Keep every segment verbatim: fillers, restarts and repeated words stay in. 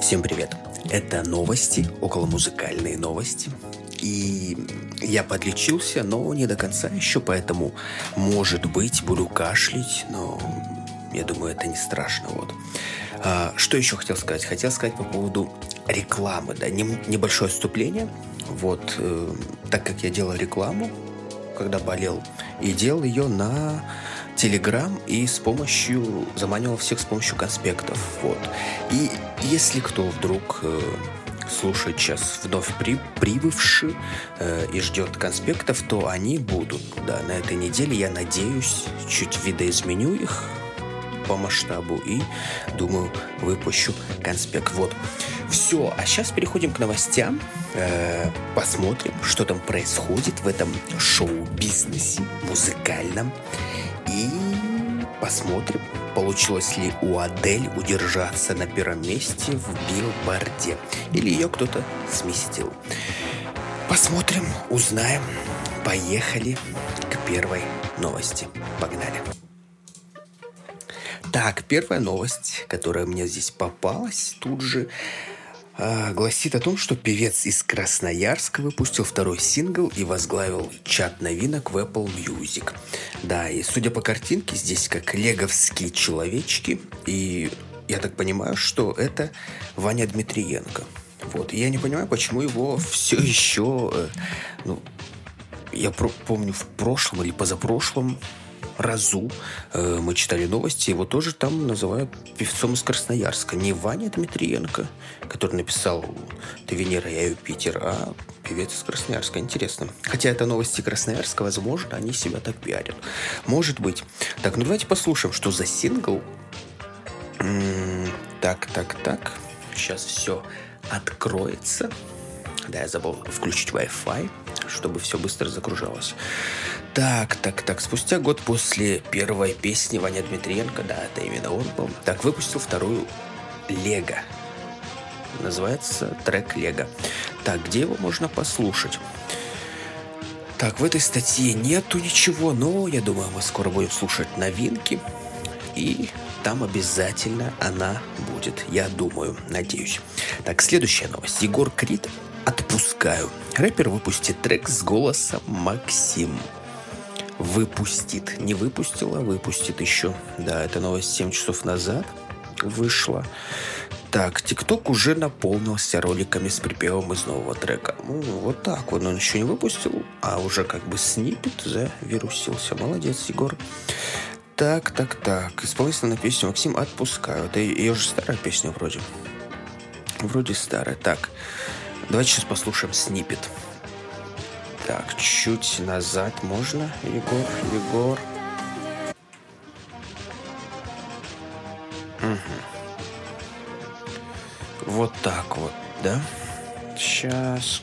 Всем привет! Это новости, околомузыкальные новости. И я подлечился, но не до конца еще, поэтому, может быть, буду кашлять, но я думаю, это не страшно. Вот. А, что еще хотел сказать? Хотел сказать по поводу рекламы. Да, небольшое отступление. Вот, э, так как я делал рекламу, когда болел, и делал ее на Телеграм и с помощью заманивал всех с помощью конспектов. Вот. И если кто вдруг э, слушает сейчас вновь при, прибывший э, и ждет конспектов, то они будут. Да, на этой неделе, я надеюсь, чуть видоизменю их по масштабу и, думаю, выпущу конспект. Вот. Все, а сейчас переходим к новостям. Э, посмотрим, что там происходит в этом шоу-бизнесе музыкальном. И посмотрим, получилось ли у Адель удержаться на первом месте в Билборде. Или ее кто-то сместил. Посмотрим, узнаем. Поехали к первой новости. Погнали. Так, первая новость, которая мне здесь попалась тут же, э, гласит о том, что певец из Красноярска выпустил второй сингл и возглавил чарт новинок в Apple Music. Да, и судя по картинке, здесь как леговские человечки, и я так понимаю, что это Ваня Дмитриенко. Вот, и я не понимаю, почему его все еще, э, ну, я про- помню в прошлом или позапрошлом разу э, мы читали новости, его тоже там называют певцом из Красноярска. Не Ваня Дмитриенко, который написал «Ты Венера, я Юпитер», а певец из Красноярска. Интересно. Хотя это новости Красноярска, возможно, они себя так пиарят. Может быть. Так, ну давайте послушаем, что за сингл. М-м- так, так, так. Сейчас все откроется. Да, я забыл включить Wi-Fi, чтобы все быстро загружалось. Так, так, так. Спустя год после первой песни Ваня Дмитриенко, да, это именно он был, так, выпустил вторую «Лего». Называется трек «Лего». Так, где его можно послушать? Так, в этой статье нету ничего, но я думаю, мы скоро будем слушать новинки. И там обязательно она будет. Я думаю, надеюсь. Так, следующая новость. Егор Крид «Отпускаю». Рэпер выпустит трек с голосом Максим. Выпустит. Не выпустила, выпустит еще. Да, эта новость семь часов назад вышла. Так, ТикТок уже наполнился роликами с припевом из нового трека. Ну, вот так вот. Он еще не выпустил, а уже как бы сниппет завирусился. Молодец, Егор. Так, так, так. Исполнитель на песню Максим «Отпускаю». Это ее же старая песня вроде. Вроде старая. Так, давайте сейчас послушаем сниппет. Так, чуть назад можно, Егор, Егор. Угу. Вот так вот, да? Сейчас.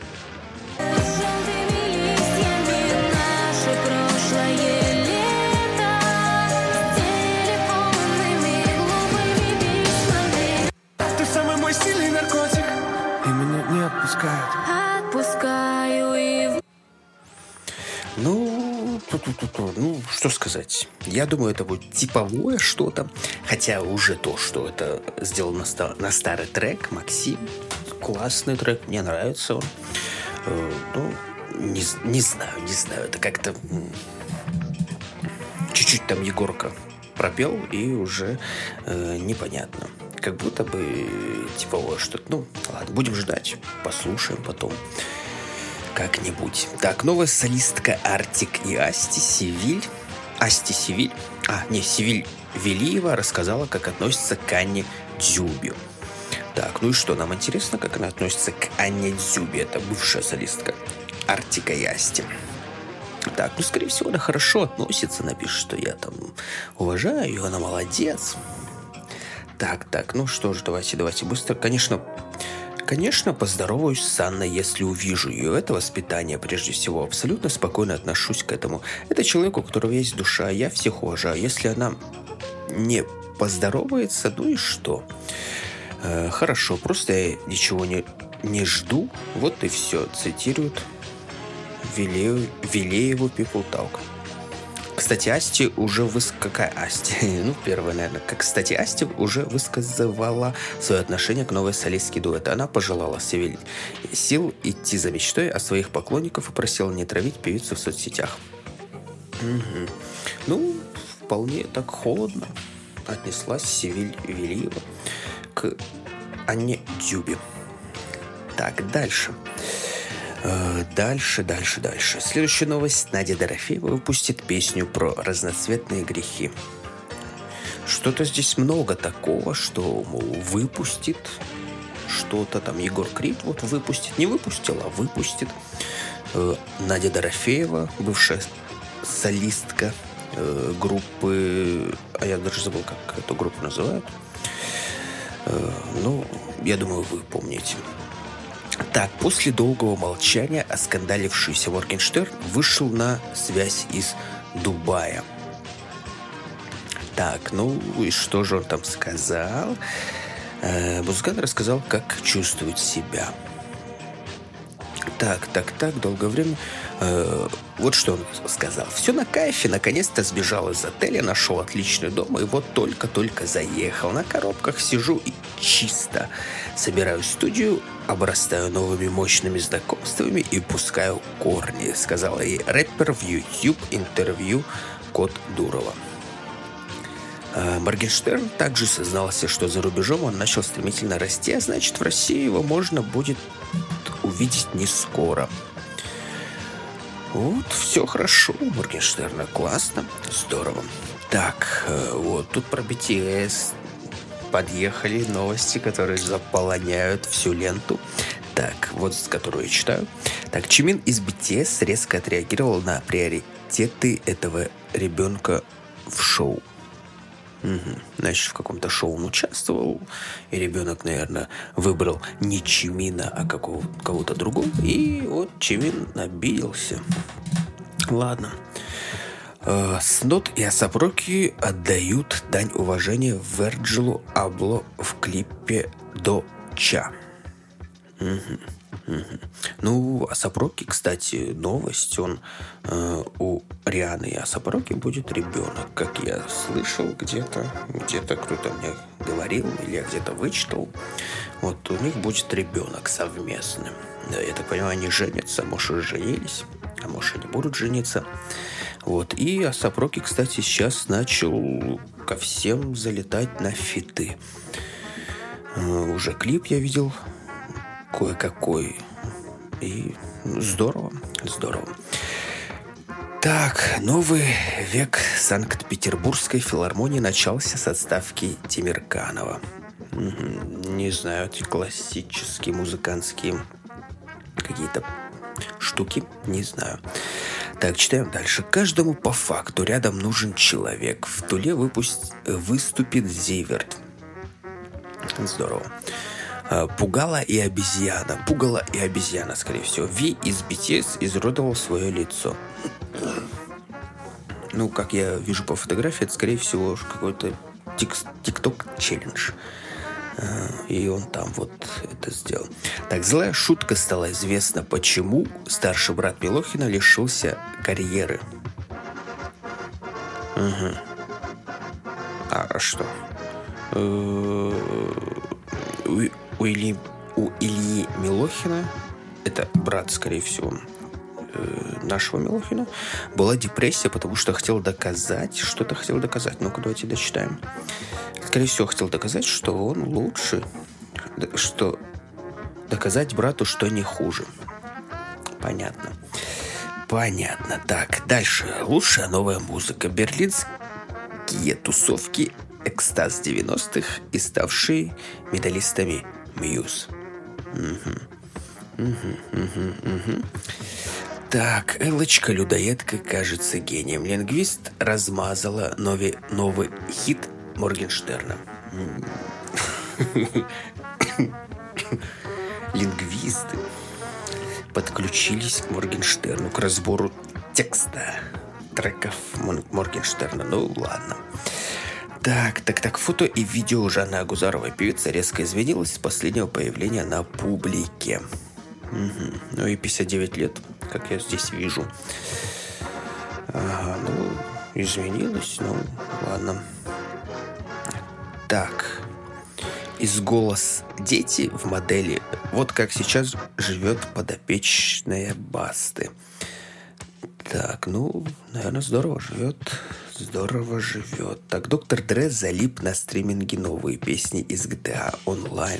Ты самый мой сильный наркотик, и меня не отпускают. Отпускаю и... Ну, ту-ту-ту-ту. Ну, что сказать. Я думаю, это будет типовое что-то. Хотя уже то, что это сделано на, ста- на старый трек. Максим. Классный трек. Мне нравится он. Э, ну, не, не знаю, не знаю. Это как-то... м, чуть-чуть там Егорка пропел, и уже э, непонятно. Как будто бы типовое что-то. Ну, ладно, будем ждать. Послушаем потом. Как-нибудь. Так, новая солистка Артик и Асти Севиль. Асти Севиль. А, не, Севиль Велиева рассказала, как относится к Анне Дзюбе. Так, ну и что, нам интересно, как она относится к Анне Дзюбе. Это бывшая солистка Артика и Асти. Так, ну, скорее всего, она хорошо относится. Напишет, что я там уважаю ее, она молодец. Так, так, ну что ж, давайте, давайте быстро. Конечно, Конечно, поздороваюсь с Анной, если увижу ее. Это воспитание, прежде всего. Абсолютно спокойно отношусь к этому. Это человек, у которого есть душа. Я всех уважаю. Если она не поздоровается, ну и что? Э, хорошо, просто я ничего не, не жду. Вот и все. Цитирует Вилееву, Вилееву People Talk. кстати, Асти уже выс... Какая Асти? Ну, первая, наверное. Как, кстати, Асти уже высказывала свое отношение к новой солистке дуэта. Она пожелала себе сил идти за мечтой, а своих поклонников и просила не травить певицу в соцсетях. Угу. Ну, вполне так холодно отнеслась Севиль Велиева к Анне Дюбе. Так, дальше. Дальше, дальше, дальше. Следующая новость. Надя Дорофеева выпустит песню про разноцветные грехи. Что-то здесь много такого, что, мол, выпустит что-то там. Егор Крид вот выпустит. Не выпустил, а выпустит. Надя Дорофеева, бывшая солистка группы... А я даже забыл, как эту группу называют. Ну, я думаю, вы помните. Так, после долгого молчания оскандалившийся Моргенштерн вышел на связь из Дубая. Так, ну и что же он там сказал? Э, музыкант рассказал, как чувствует себя. Так, так, так, долгое время. Э, вот что он сказал. Все на кайфе, наконец-то сбежал из отеля, нашел отличный дом, и вот только-только заехал. На коробках сижу и чисто. Собираю студию, обрастаю новыми мощными знакомствами и пускаю корни, сказала ей рэпер в YouTube интервью Кот Дурова. А Моргенштерн также сознался, что за рубежом он начал стремительно расти, а значит, в России его можно будет увидеть не скоро. Вот, все хорошо у Моргенштерна, классно, здорово. Так, вот тут про би ти эс подъехали новости, которые заполоняют всю ленту. Так, вот с которую я читаю. Так, Чимин из би ти эс резко отреагировал на приоритеты этого ребенка в шоу. Угу. Значит, в каком-то шоу он участвовал, и ребенок, наверное, выбрал не Чимина, а какого- кого-то другого, и вот Чимин обиделся. Ладно. Э, Снот и А$ап Роки отдают дань уважения Верджилу Абло в клипе «Доча». Угу. Угу. Ну, А$ап Роки, кстати, новость, он э, у Рианы и А$ап Роки будет ребенок, как я слышал где-то, где-то кто-то мне говорил, или я где-то вычитал. Вот у них будет ребенок совместным. Да, я так понимаю, они женятся, может, уже женились, а может, они будут жениться. Вот. И А$ап Роки, кстати, сейчас начал ко всем залетать на фиты. Э, уже клип я видел кое-какой. И здорово, здорово. Так, новый век Санкт-Петербургской филармонии начался с отставки Тимирканова. Угу. Не знаю, эти классические музыкантские какие-то штуки, не знаю. Так, читаем дальше. Каждому по факту рядом нужен человек. В Туле выпусть... выступит Зиверт. Здорово. Пугало и обезьяна. Пугало и обезьяна, скорее всего. Ви из би ти эс изуродовал свое лицо. Ну, как я вижу по фотографии, это, скорее всего, какой-то тик-ток-челлендж. И он там вот это сделал. Так, злая шутка стала известна, почему старший брат Милохина лишился карьеры. Угу. А что? У, у, Ильи, у Ильи Милохина, это брат, скорее всего, нашего Милохина, была депрессия, потому что хотел доказать, что-то хотел доказать. Ну-ка, давайте дочитаем. Скорее всего, хотел доказать, что он лучше, что доказать брату, что не хуже. Понятно. Понятно. Так, дальше. Лучшая новая музыка. Берлинские тусовки, экстаз девяностых и ставшие медалистами Мьюз. Угу. Угу, угу, угу. Так, Элочка-людоедка кажется гением. Лингвист размазала нови, новый хит Моргенштерна. Лингвисты подключились к Моргенштерну, к разбору текста треков Моргенштерна. Ну, ладно. Так, так, так, фото и видео Жанны Агузаровой. Певица резко извинилась с последнего появления на публике. Угу. Ну и пятьдесят девять лет, как я здесь вижу. Ага, ну, изменилось, ну ладно. Так. Из «Голос дети» в модели вот как сейчас живет подопечная Басты. Так, ну, наверное, здорово живет. Здорово живет. Так, доктор Дре залип на стриминге новые песни из джи ти эй онлайн.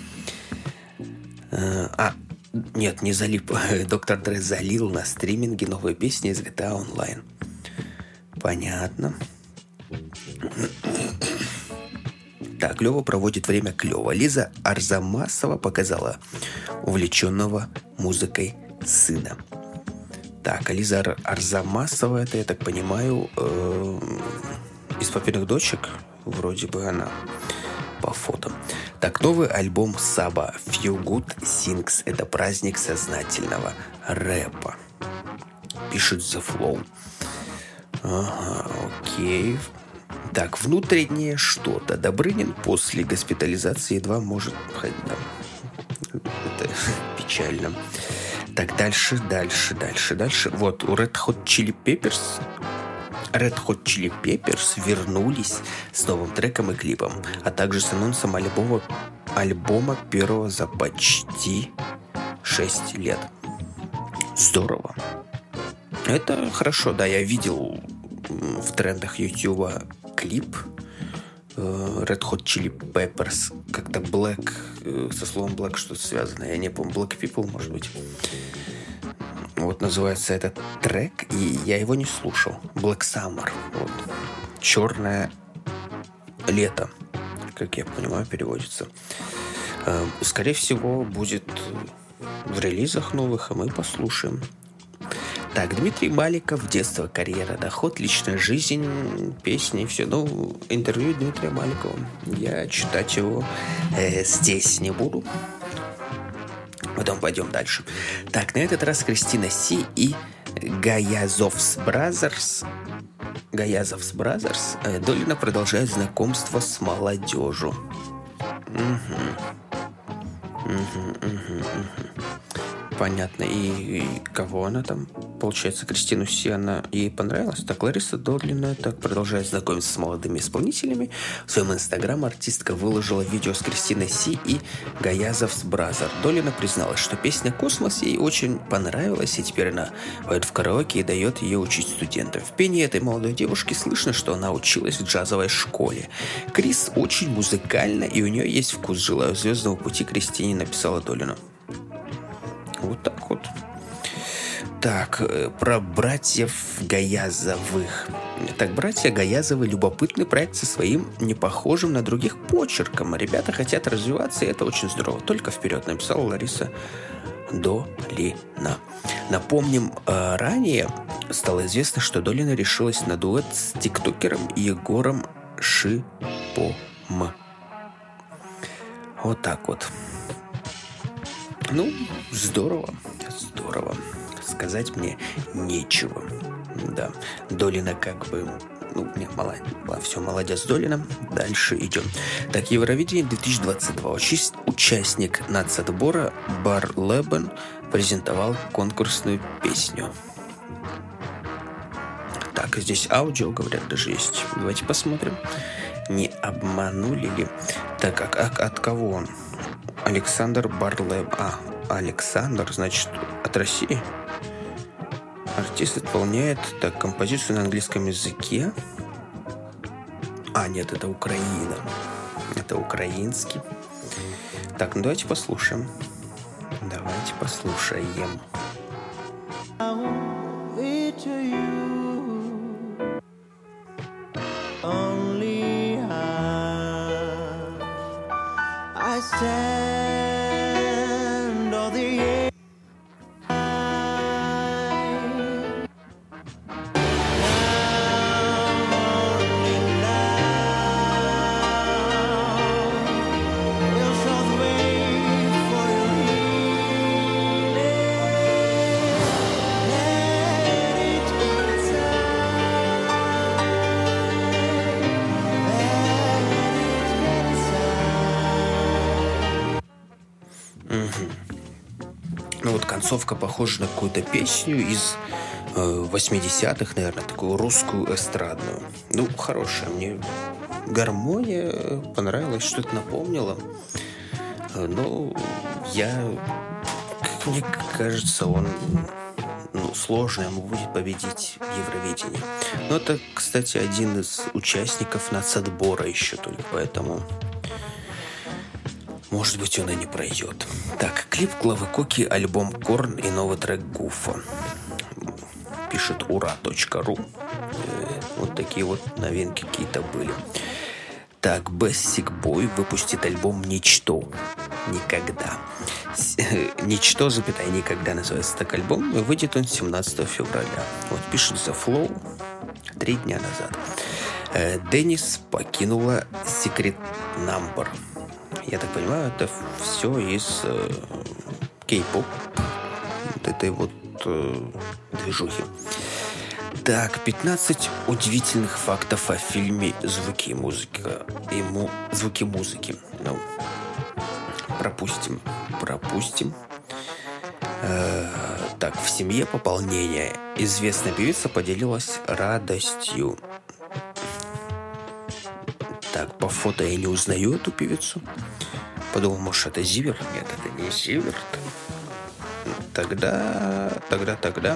А, нет, не залип. доктор Дре залил на стриминге новые песни из джи ти эй онлайн. Понятно. Так, клево проводит время клево. Лиза Арзамасова показала увлеченного музыкой сына. Так, а Лиза Ар- Арзамасова, это, я так понимаю, э- из «Папиных дочек». Вроде бы она по фото. Так, новый альбом Саба «Few Good Things». Это праздник сознательного рэпа. Пишет The Flow. Ага, окей. Так, внутреннее что-то. Добрынин после госпитализации едва может ходить. Да. Это печально. Так, дальше, дальше, дальше, дальше. Вот, у Red Hot Chili Peppers Red Hot Chili Peppers вернулись с новым треком и клипом, а также с анонсом альбома, альбома первого за почти шесть лет. Здорово. Это хорошо, да, я видел в трендах Ютуба клип Red Hot Chili Peppers, как-то Black, со словом Black что-то связано, я не помню, Black People, может быть. Вот называется этот трек, и я его не слушал. Black Summer, вот. Черное лето, как я понимаю, переводится. Скорее всего, будет в релизах новых, и мы послушаем. Так, Дмитрий Маликов, детство, карьера, доход, личная жизнь, песни, все. Ну, интервью Дмитрия Маликова. Я читать его э, здесь не буду. Потом пойдем дальше. Так, на этот раз Кристина Си и Гаязовс Бразерс. Гаязовс Бразерс. Э, Долина продолжает знакомство с молодежью. Угу. Угу, угу, угу. Понятно. И, и кого она там? Получается, Кристину Си, она ей понравилась. Так, Лариса Долина так продолжает знакомиться с молодыми исполнителями. В своем инстаграм артистка выложила видео с Кристиной Си и Гаязовс Бразер. Долина призналась, что песня «Космос» ей очень понравилась, и теперь она поет в караоке и дает ее учить студентам. В пении этой молодой девушки слышно, что она училась в джазовой школе. Крис очень музыкальна, и у нее есть вкус. Желаю звездного пути Кристине, написала Долина. Вот так вот. Так, про братьев Гаязовых. Так, братья Гаязовы — любопытный проект со своим непохожим на других почерком. Ребята хотят развиваться, и это очень здорово. Только вперед, написала Лариса Долина. Напомним, ранее стало известно, что Долина решилась на дуэт с тиктокером Егором Шипом. Вот так вот. Ну, здорово, здорово. Сказать мне нечего. Да, Долина как бы... Ну, не, молодец. Все, молодец, Долина. Дальше идем. Так, Евровидение две тысячи двадцать два. Участник нацотбора Бар Лебен презентовал конкурсную песню. Так, здесь аудио, говорят, даже есть. Давайте посмотрим. Не обманули ли? Так, а, а от кого он? Александр Барлеб. А, Александр, значит, от России. Артист исполняет так композицию на английском языке. А, нет, это Украина. Это украинский. Так, ну давайте послушаем. Давайте послушаем. Stand all the year Ну вот концовка похожа на какую-то песню из восьмидесятых, наверное, такую русскую эстрадную. Ну, хорошая. Мне гармония понравилась, что-то напомнила. Но я, как мне кажется, он ну, сложно ему будет победить в Евровидении. Но это, кстати, один из участников нацотбора еще только, поэтому может быть он и не пройдет. Так, клип Клавы Коки, альбом Корн и новый трек Гуфа. Пишет ура точка ру. Вот такие вот новинки какие-то были. Так, Basic Boy выпустит альбом «Ничто». Никогда. «Ничто, запятая, никогда» называется так альбом. И выйдет он семнадцатого февраля. Вот пишет The Flow три дня назад. Деннис покинула Secret Number. Я так понимаю, это все из э, кей-поп. Вот этой вот э, движухи. Так, пятнадцать удивительных фактов о фильме «Звуки и музыка». И му... «Звуки музыки». Ну, пропустим. Пропустим. Э-э- так, в семье пополнения. Известная певица поделилась радостью. Так, по фото я не узнаю эту певицу. Подумал, может, это Зиверт? Нет, это не Зиверт. Тогда, тогда, тогда...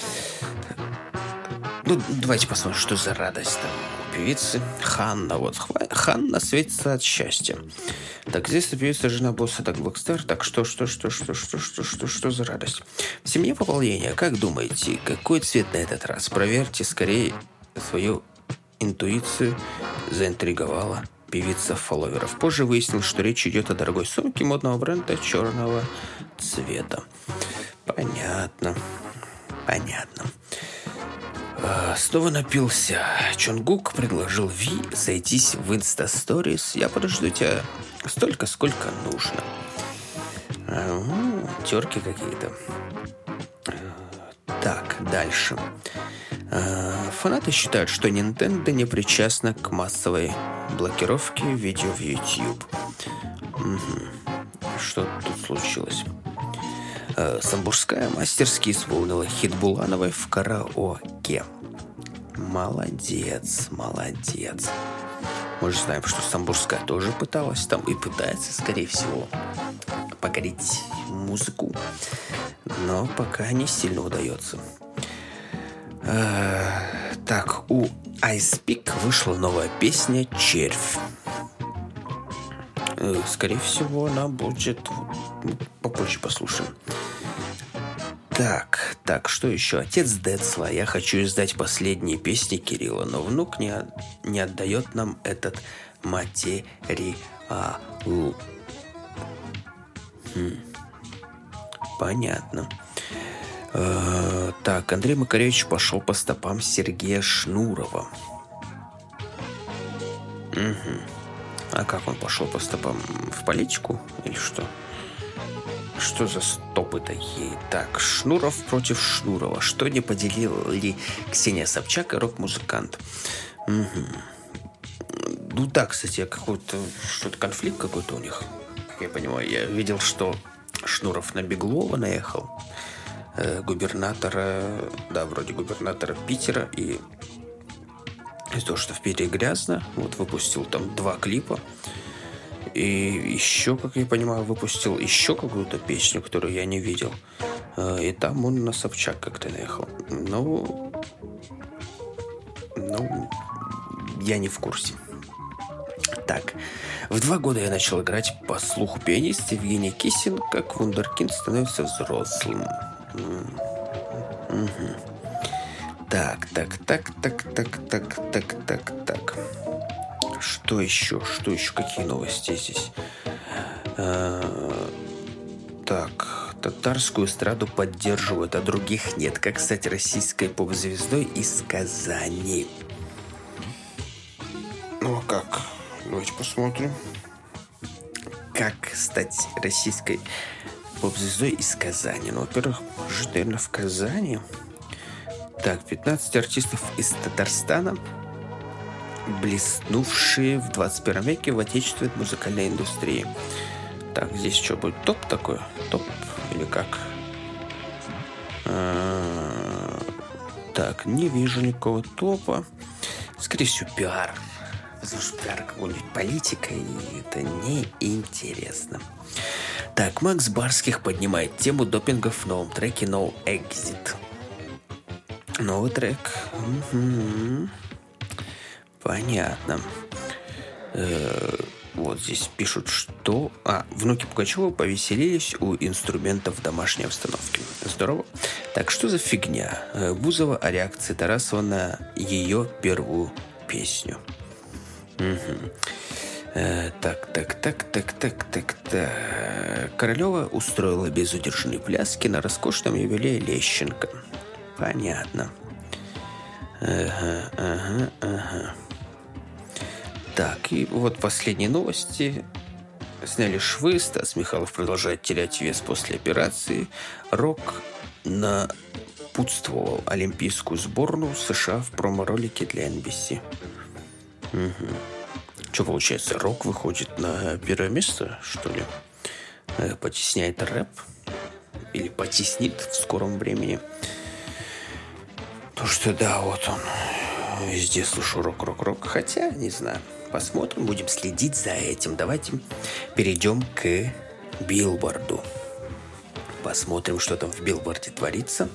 Ну, давайте посмотрим, что за радость там у певицы. Ханна, вот. Ханна светится от счастья. Так, здесь певица жена босса, так, Блэкстар. Так, что, что, что, что, что, что, что, что за радость? В семье пополнения, как думаете, какой цвет на этот раз? Проверьте скорее свою интуицию. Заинтриговала певица фолловеров. Позже выяснилось, что речь идет о дорогой сумке модного бренда черного цвета. Понятно. Понятно. Снова напился. Чонгук предложил Ви сойтись в Инста-сторис. Я подожду тебя столько, сколько нужно. Ага, терки какие-то. Так, дальше. Фанаты считают, что Nintendo не причастна к массовой блокировке видео в YouTube. Угу. Что тут случилось? Самбурская мастерски исполнила хит Булановой в караоке. Молодец, молодец. Мы же знаем, что Самбурская тоже пыталась там и пытается, скорее всего, покорить музыку. Но пока не сильно удается. А, так, у Ice Peak вышла новая песня «Червь». Скорее всего, она будет... Попозже послушаем. Так, так, что еще? Отец Децла. Я хочу издать последние песни Кирилла, но внук не, не отдает нам этот материал. Хм. Понятно. Э-э- так, Андрей Макаревич пошел по стопам Сергея Шнурова. Угу. А как он пошел по стопам? В политику или что? Что за стопы такие? Так, Шнуров против Шнурова. Что не поделили Ксения Собчак и рок-музыкант? Угу. Ну да, кстати, какой-то что-то конфликт какой-то у них. Как я понимаю, я видел, что Шнуров на Беглова наехал. Э, губернатора, да, вроде губернатора Питера. И из-за того, что в Питере грязно, вот выпустил там два клипа. И еще, как я понимаю, выпустил еще какую-то песню, которую я не видел. И там он на Собчак как-то наехал. Ну, ну, я не в курсе. Так, в два года я начал играть по слуху пианист Евгений Кисин, как вундеркинд становится взрослым. Угу. Так, так, так, так, так, так, так, так, так. Что еще? Что еще? Какие новости здесь? А, так, татарскую эстраду поддерживают, а других нет. Как стать российской поп-звездой из Казани? Ну а как? Давайте посмотрим. Как стать российской поп-звездой из Казани? Ну, во-первых, жить, наверное, в Казани. Так, пятнадцать артистов из Татарстана, блеснувшие в двадцать первом веке в отечественной музыкальной индустрии. Так, здесь что будет? Топ такой? Топ или как? Так, не вижу никакого топа. Скорее всего, пиар. Потому что пиар какой-нибудь политика, и это неинтересно. Так, Макс Барских поднимает тему допинга в новом треке No Exit. Новый трек. Угу. Понятно. Э-э- вот здесь пишут, что... А, внуки Пугачева повеселились у инструментов в домашней обстановке. Здорово. Так, что за фигня? Бузова о реакции Тарасова на ее первую песню. Угу. Э, так, так, так, так, так, так, так. Королева устроила безудержные пляски на роскошном юбилее Лещенко. Понятно. Ага, ага, ага. Так, и вот последние новости. Сняли швы, Стас Михайлов продолжает терять вес после операции. Рок напутствовал олимпийскую сборную США в промо-ролике для эн би си. Угу. Что получается, Рок выходит на первое место, что ли? Потесняет рэп? Или потеснит в скором времени? Потому что, да, вот он. Везде слышу рок-рок-рок. Хотя, не знаю. Посмотрим, будем следить за этим. Давайте перейдем к Билборду. Посмотрим, что там в Билборде творится.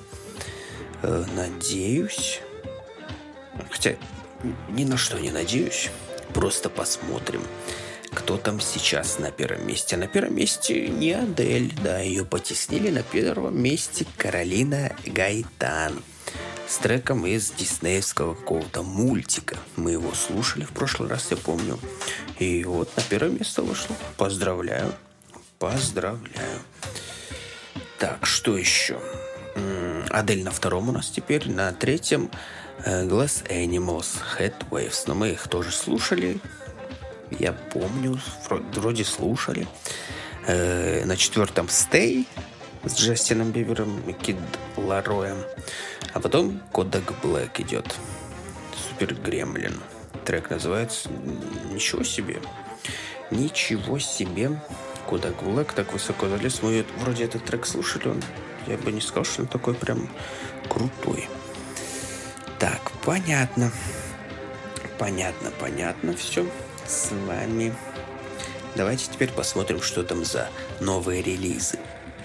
Надеюсь. Хотя ни на что не надеюсь. Просто посмотрим, кто там сейчас на первом месте. На первом месте не Адель. Да, ее потеснили. На первом месте Каролина Гайтан. С треком из диснеевского какого-то мультика. Мы его слушали в прошлый раз, я помню. И вот на первое место вышло. Поздравляю. Поздравляю. Так, что еще? Адель на втором у нас теперь. На третьем Glass Animals, Headwaves. Но мы их тоже слушали. Я помню. Вроде слушали. На четвертом Stay с Джастином Бибером и Кид Лароем. А потом Kodak Black идет. Супер Гремлин. Трек называется... Ничего себе. Ничего себе. Kodak Black так высоко залез. Мы вроде этот трек слушали. Он... Я бы не сказал, что он такой прям крутой. Так, понятно. Понятно, понятно все с вами. Давайте теперь посмотрим, что там за новые релизы.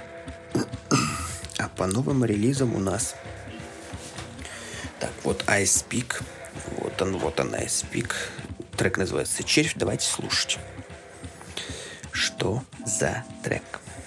А по новым релизам у нас... Так, вот Ice Peak. Вот он, вот он, Ice Peak. Трек называется «Червь». Давайте слушать. Что за трек?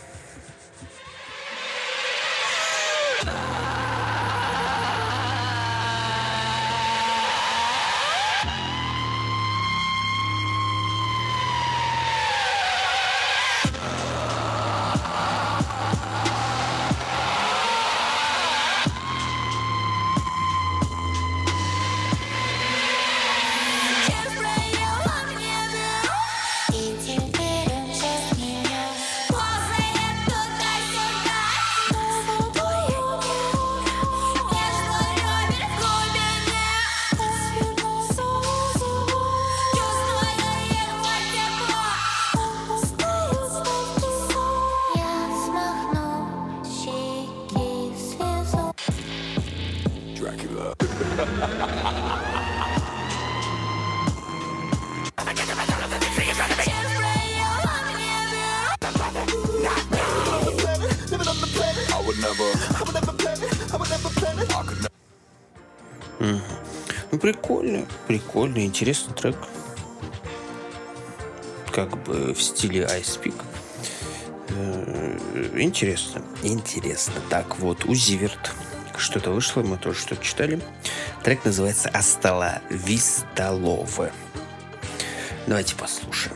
Mm. Ну, прикольно, прикольно, интересный трек. Как бы в стиле Ice Peak. Интересно, интересно. Так, вот, у Зиверт что-то вышло, мы тоже что-то читали. Трек называется «Астала Висталове». Давайте послушаем.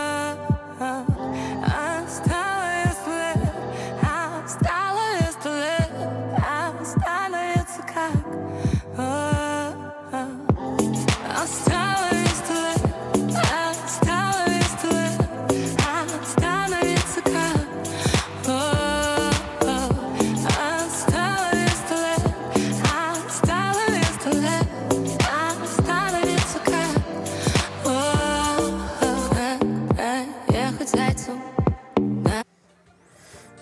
Style is to live.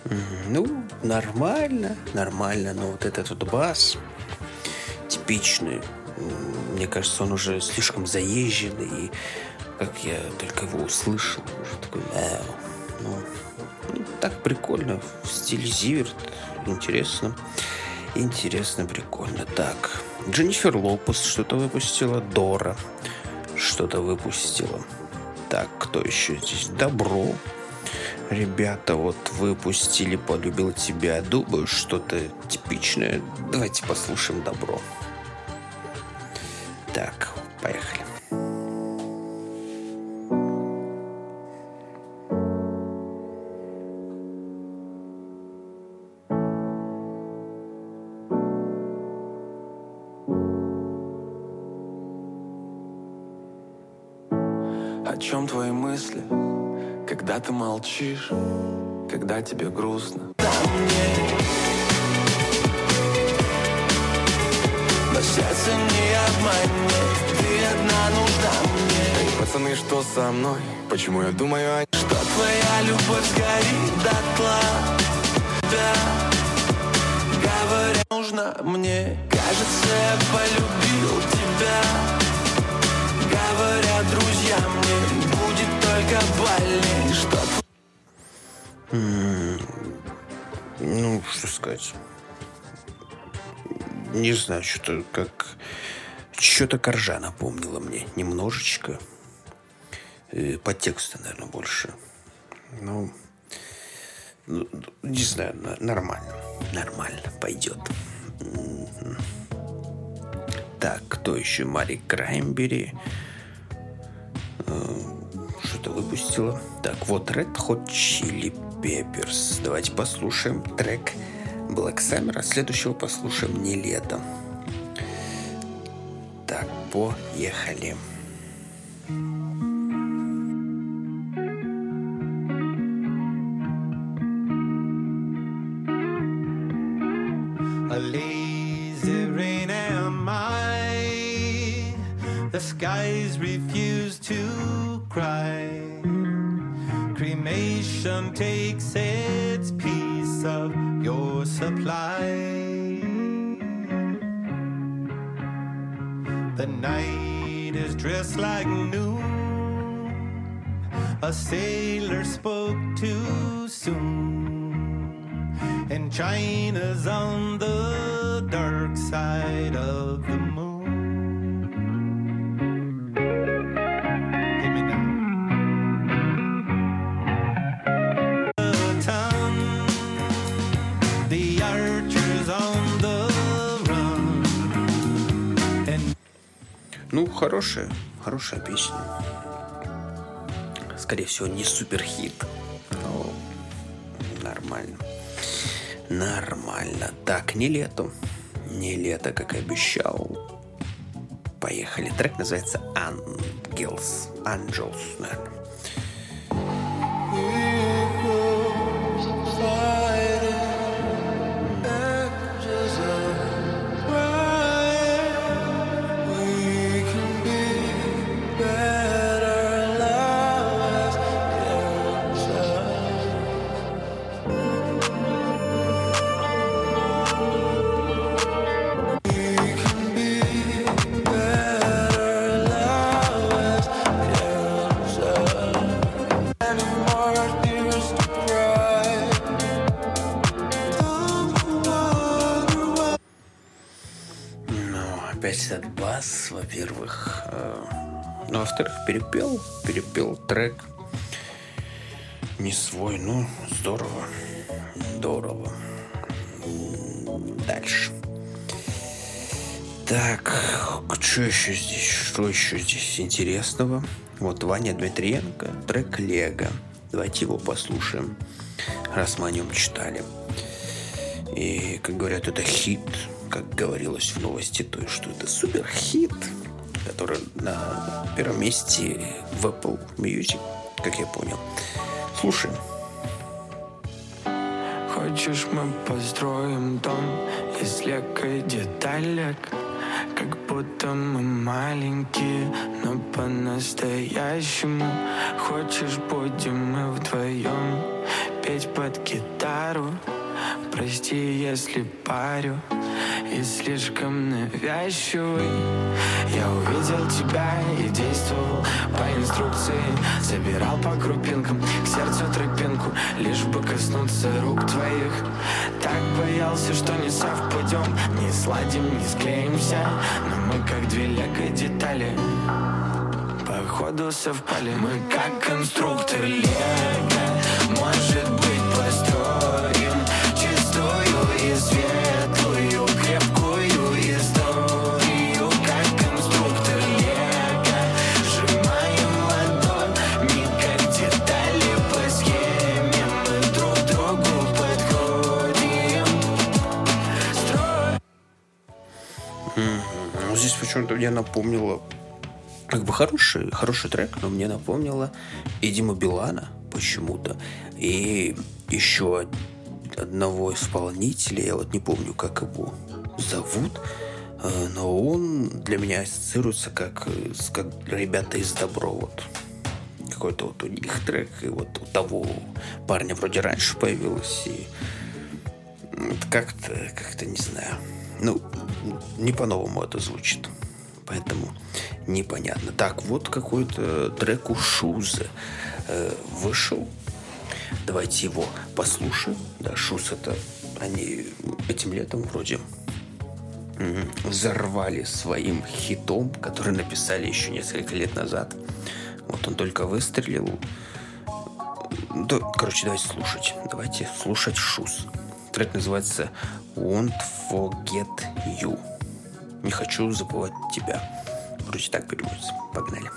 Ну, нормально, нормально, но вот этот вот бас типичный, мне кажется, он уже слишком заезженный, и как я только его услышал, уже такой, мяу. Ну, ну, так прикольно, в стиле Зиверт, интересно, интересно, прикольно. Так, Дженнифер Лопес что-то выпустила, Дора что-то выпустила. Так, кто еще здесь? Добро. Ребята вот выпустили «Полюбил тебя». Думаю, что-то типичное. Давайте послушаем «Добро». Так, поехали. О чем твои мысли, когда ты молчишь, когда тебе грустно? Да мне, но сердце не обмани, ты одна нужна мне. Эй, пацаны, что со мной? Почему я думаю о... Что твоя любовь сгорит дотла? Да, говоря, нужна мне. Кажется, я полюбил тебя. Говорят друзья мне, будет только больней. Что... Mm, ну, что сказать. Не знаю, что-то как... Что-то Коржа напомнило мне немножечко. И по тексту, наверное, больше. Ну, ну не знаю, нормально. Нормально, пойдет. Mm-hmm. Так, кто еще? Мари Краймбери. Что-то выпустила. Так, вот Red Hot Chili Peppers. Давайте послушаем трек Black Summer, а следующего послушаем «Не лето». Так, поехали. A lazy rain am I. The skies refuse to cry. Cremation takes its piece of your supply. The night is dressed like noon. A sailor spoke too soon. And China's on the dark side of the moon. Hear me now. The town, the archers on the run. And... Ну, хорошая, хорошая песня. Скорее всего, не суперхит, но нормально. Нормально. Так, «Не лето». «Не лето», как и обещал. Поехали. Трек называется «Angels». «Angels», наверное. Опять этот бас, во-первых. Ну, во-вторых, перепел. Перепел трек. Не свой, ну, здорово. Здорово. Дальше. Так, что еще здесь? Что еще здесь интересного? Вот Ваня Дмитриенко, трек «Лего». Давайте его послушаем, раз мы о нем читали. И, как говорят, это хит. Как говорилось в новости той, что это супер хит, который на первом месте в Apple Music, как я понял. Слушаем. Хочешь, мы построим дом из лего и деталек, как будто мы маленькие, но по-настоящему. Хочешь, будем мы вдвоем петь под гитару. Прости, если парю и слишком навязчивый. Я увидел тебя и действовал по инструкции. Собирал по крупинкам к сердцу тропинку, лишь бы коснуться рук твоих. Так боялся, что не совпадем, не сладим, не склеимся. Но мы как две лего-детали, походу совпали. Мы как конструктор лего, может быть, построим чистую и светлую, крепкую историю. Как конструктор лего, сжимаем ладони, как детали по схеме. Мы друг другу подходим. Строй. Mm-hmm. Здесь почему-то мне напомнило, как бы хороший, хороший трек, но мне напомнило и Диму Билана почему-то, и еще одного исполнителя, я вот не помню, как его зовут, но он для меня ассоциируется как, как ребята из Добро. Вот. Какой-то вот у них трек, и вот у того парня вроде раньше появилось, и как-то, как-то не знаю, ну, не по-новому это звучит. Поэтому непонятно. Так, вот какой-то трек у Шузы э, вышел. Давайте его послушаем. Да, Шуз это они этим летом вроде м- взорвали своим хитом, который написали еще несколько лет назад. Вот он только выстрелил. Да, короче, давайте слушать. Давайте слушать Шуз. Трек называется Won't Forget You. Не хочу забывать тебя. Вроде так переводится. Погнали.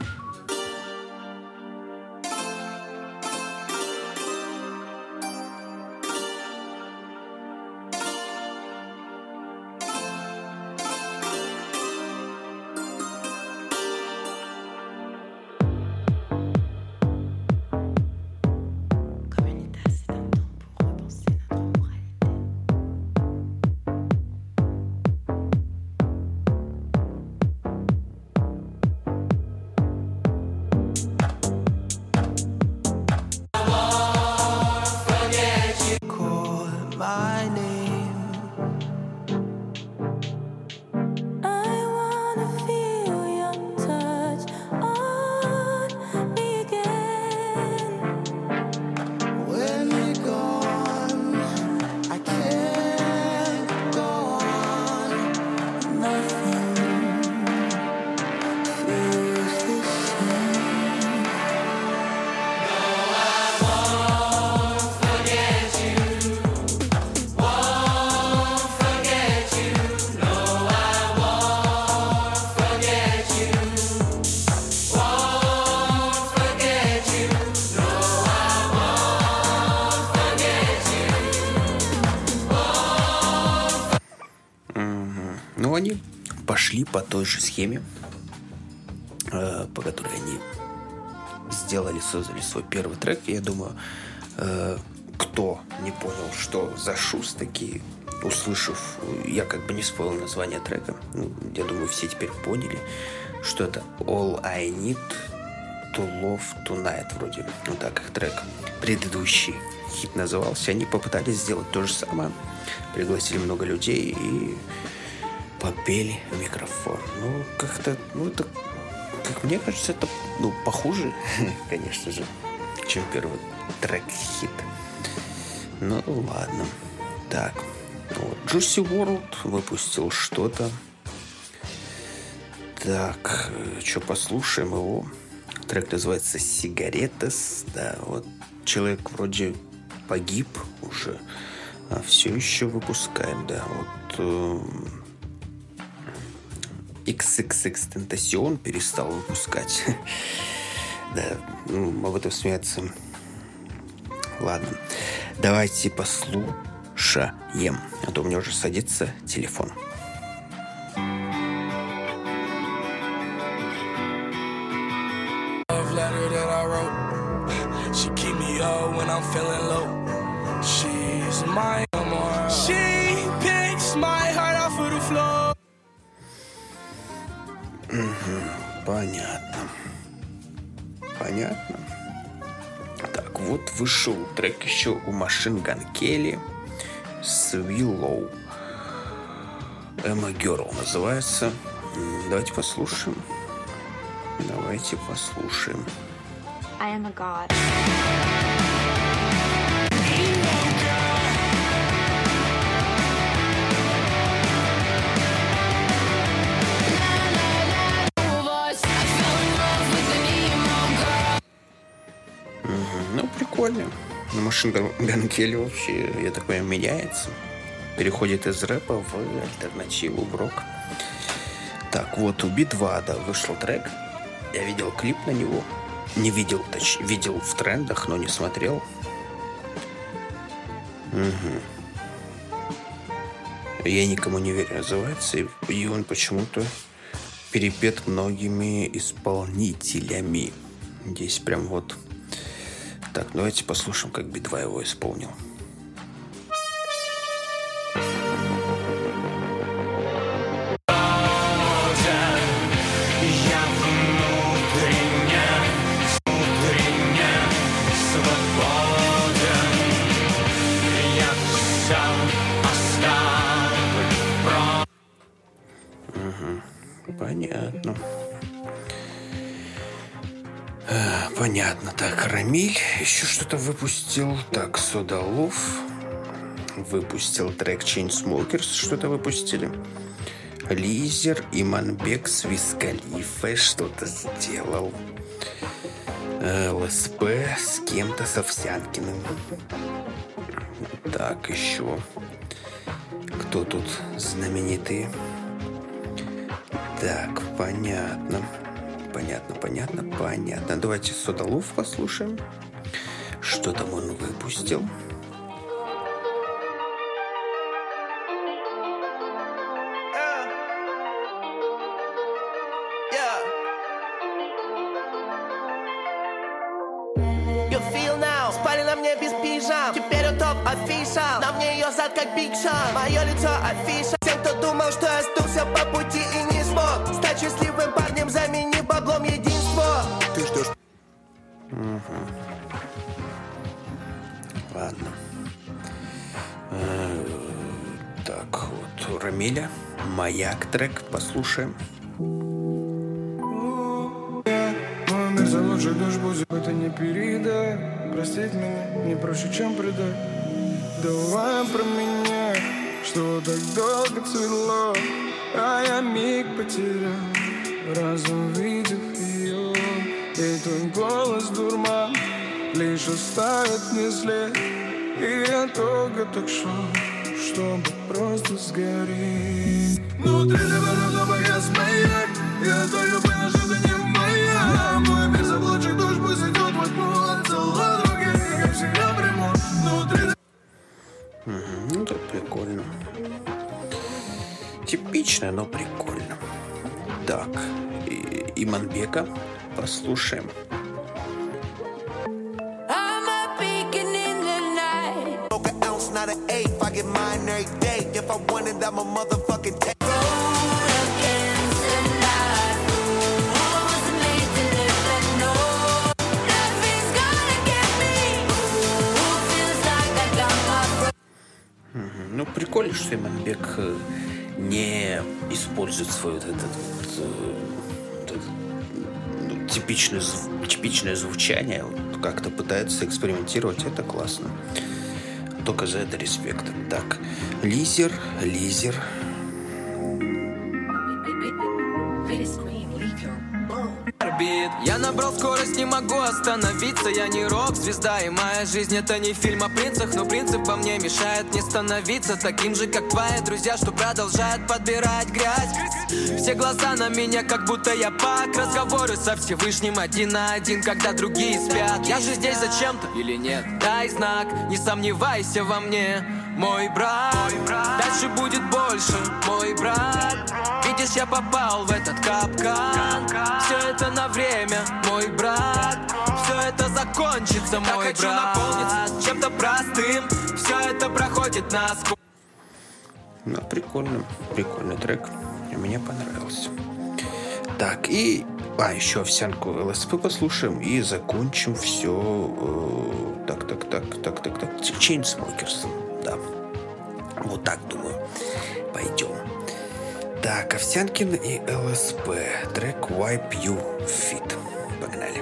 Ну, они пошли по той же схеме, э, по которой они сделали, создали свой первый трек. Я думаю, э, кто не понял, что за Шуз такие, услышав, я как бы не спойлил название трека, ну, я думаю, все теперь поняли, что это All I Need to Love Tonight, вроде, вот так их трек предыдущий хит назывался. Они попытались сделать то же самое, пригласили много людей и попели в микрофон. Ну, как-то, ну, это, как мне кажется, это, ну, похуже, конечно же, чем первый трек-хит. Ну, ладно. Так, вот, Juicy World выпустил что-то. Так, что, послушаем его. Трек называется «Сигаретас». Да, вот, человек вроде погиб уже, а все еще выпускаем, да, вот... Э- икс икс икс Tentacion перестал выпускать. Да, ну, об этом смеяться. Ладно, давайте послушаем, а то у меня уже садится телефон. Понятно. Понятно. Так, вот вышел трек еще у Machine Gun Kelly Swallow. Emma Girl называется. Давайте послушаем. Давайте послушаем. I am a god. Ну, прикольно. Но Machine Gun Kelly вообще, я так понимаю, меняется. Переходит из рэпа в альтернативу, в рок. Так, вот у би два, да, вышел трек. Я видел клип на него. Не видел, точнее, видел в трендах, но не смотрел. Угу. «Я никому не верю» называется. И он почему-то перепет многими исполнителями. Здесь прям вот... Так, давайте послушаем, как би два его исполнил. Понятно. А, понятно. Так, Рамиль еще что-то выпустил. Так, Содолов выпустил трек Chainsmokers, что-то выпустили. Лизер и Манбек с Wiz Khalifa что-то сделал. ЛСП с кем-то, с Овсянкиным. Так, еще кто тут знаменитые? Так, понятно. Понятно, понятно, понятно. Давайте Содолов послушаем. Что там он выпустил? Спали на мне без пижам. Теперь он топ афиша. На мне ее зад как Биг Шон. Мое лицо афиша. Тем, кто думал, что я сдулся по пути и не смог стать счастливым парнем, заменив баблом единство. Ты ждешь. Угу. Ладно. Э-э- так, вот у Рамиля «Маяк» трек, послушаем. Мой мир за лучший душ будет, это не передай. Простить меня не проще, чем предать. Давай про меня, что так долго цвело, а я миг потерял, разум увидев ее. И твой голос дурман лишь оставит мне след. И я долго так шел, чтобы просто сгореть. Внутри тебя погас маяк. Я только понял, что ты не моя. Мой мир за лучших душ пусть идет во тьму. Отцела других, как всегда прямо внутри. Угу, ну так прикольно. Типично, но прикольно. Так, и, и Манбека послушаем. Ну, прикольно, что Иманбек не использует свое вот это, вот, это, ну, типичное, типичное звучание, вот, как-то пытается экспериментировать, это классно. Только за это респект. Так, Лизер, Лизер. Я набрал скорость, не могу остановиться. Я не рок-звезда, и моя жизнь это не фильм о принцах. Но принцип во мне мешает не становиться таким же, как твои друзья, что продолжают подбирать грязь. Все глаза на меня, как будто я пак. Разговоры со Всевышним один на один, когда другие спят. Я же здесь зачем-то или нет? Дай знак, не сомневайся во мне, мой брат. Дальше будет больше, мой брат. Видишь, я попал в этот капкан. Все это на время, мой брат. Все это закончится, мой так брат. Хочу наполниться чем-то простым. Все это проходит насквозь. Ну, прикольно, прикольный трек. Мне понравился. Так, и... А, еще овсянку ЛСП послушаем и закончим все... Э, так, так, так, так, так, так. Chainsmokers, да. Вот так, думаю. Пойдем. Так, Овсянкин и ЛСП. Трек Wipe You Fit. Погнали.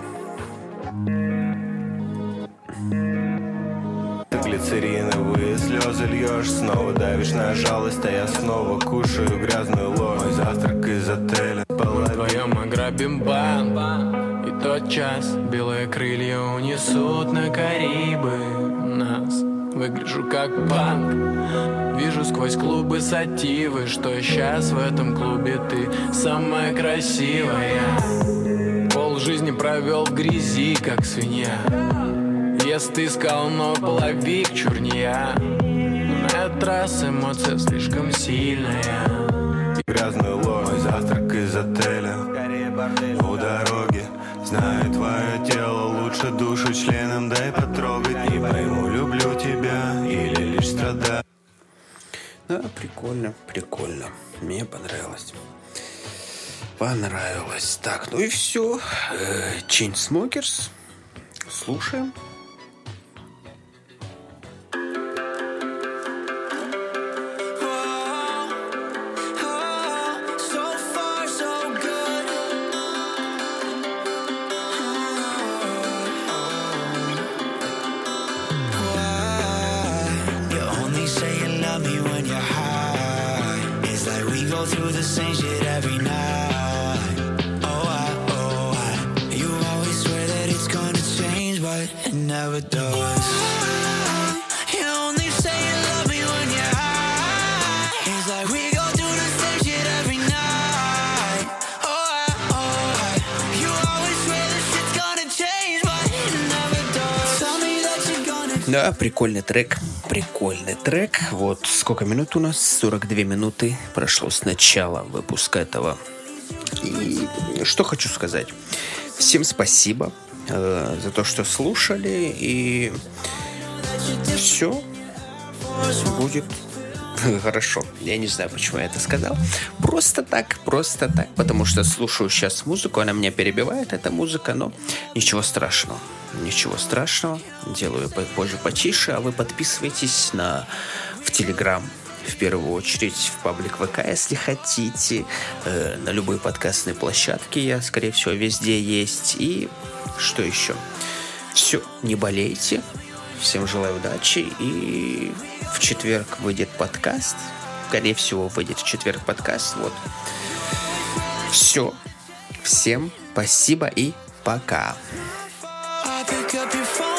Глицериновые слезы льешь, снова давишь на жалость, а я снова кушаю грязную ложь. Мой завтрак из отеля. Мы вдвоем ограбим банк, и тот час белые крылья унесут на Карибы нас. Выгляжу как панк, вижу сквозь клубы сативы, что сейчас в этом клубе ты самая красивая. Пол жизни провел в грязи, как свинья. Если ты искал новый половик, чурния. На этот раз эмоция слишком сильная. Грязную ложь, мой завтрак из отеля. У дороги, знаю твое тело лучше душу членом, дай потрогать. Не пойму, люблю тебя или лишь страдаю. Да, прикольно, прикольно. Мне понравилось. Понравилось. Так, ну и все. Chainsmokers. Слушаем. Through the same shit every night. Oh, I, oh, I. You always swear that it's gonna change, but it never does. You only say you love me when you're high. It's like we go through the same shit every night. Oh, I, oh, I. You always swear that shit's gonna change, but it never does. Tell me that you're gonna. Да, прикольный трек. Прикольный трек. Вот сколько минут у нас? сорок две минуты прошло с начала выпуска этого. И что хочу сказать. Всем спасибо э, за то, что слушали. И все будет хорошо. Я не знаю, почему я это сказал. Просто так, просто так. Потому что слушаю сейчас музыку, она меня перебивает, эта музыка, но ничего страшного. Ничего страшного. Делаю позже потише, а вы подписывайтесь на, в Телеграм, в первую очередь, в паблик ВК, если хотите. Э, на любые подкастные площадки я, скорее всего, везде есть. И что еще? Все, не болейте. Всем желаю удачи. И в четверг выйдет подкаст. Скорее всего, выйдет в четверг подкаст. Вот. Все. Всем спасибо и пока. Pick up your phone.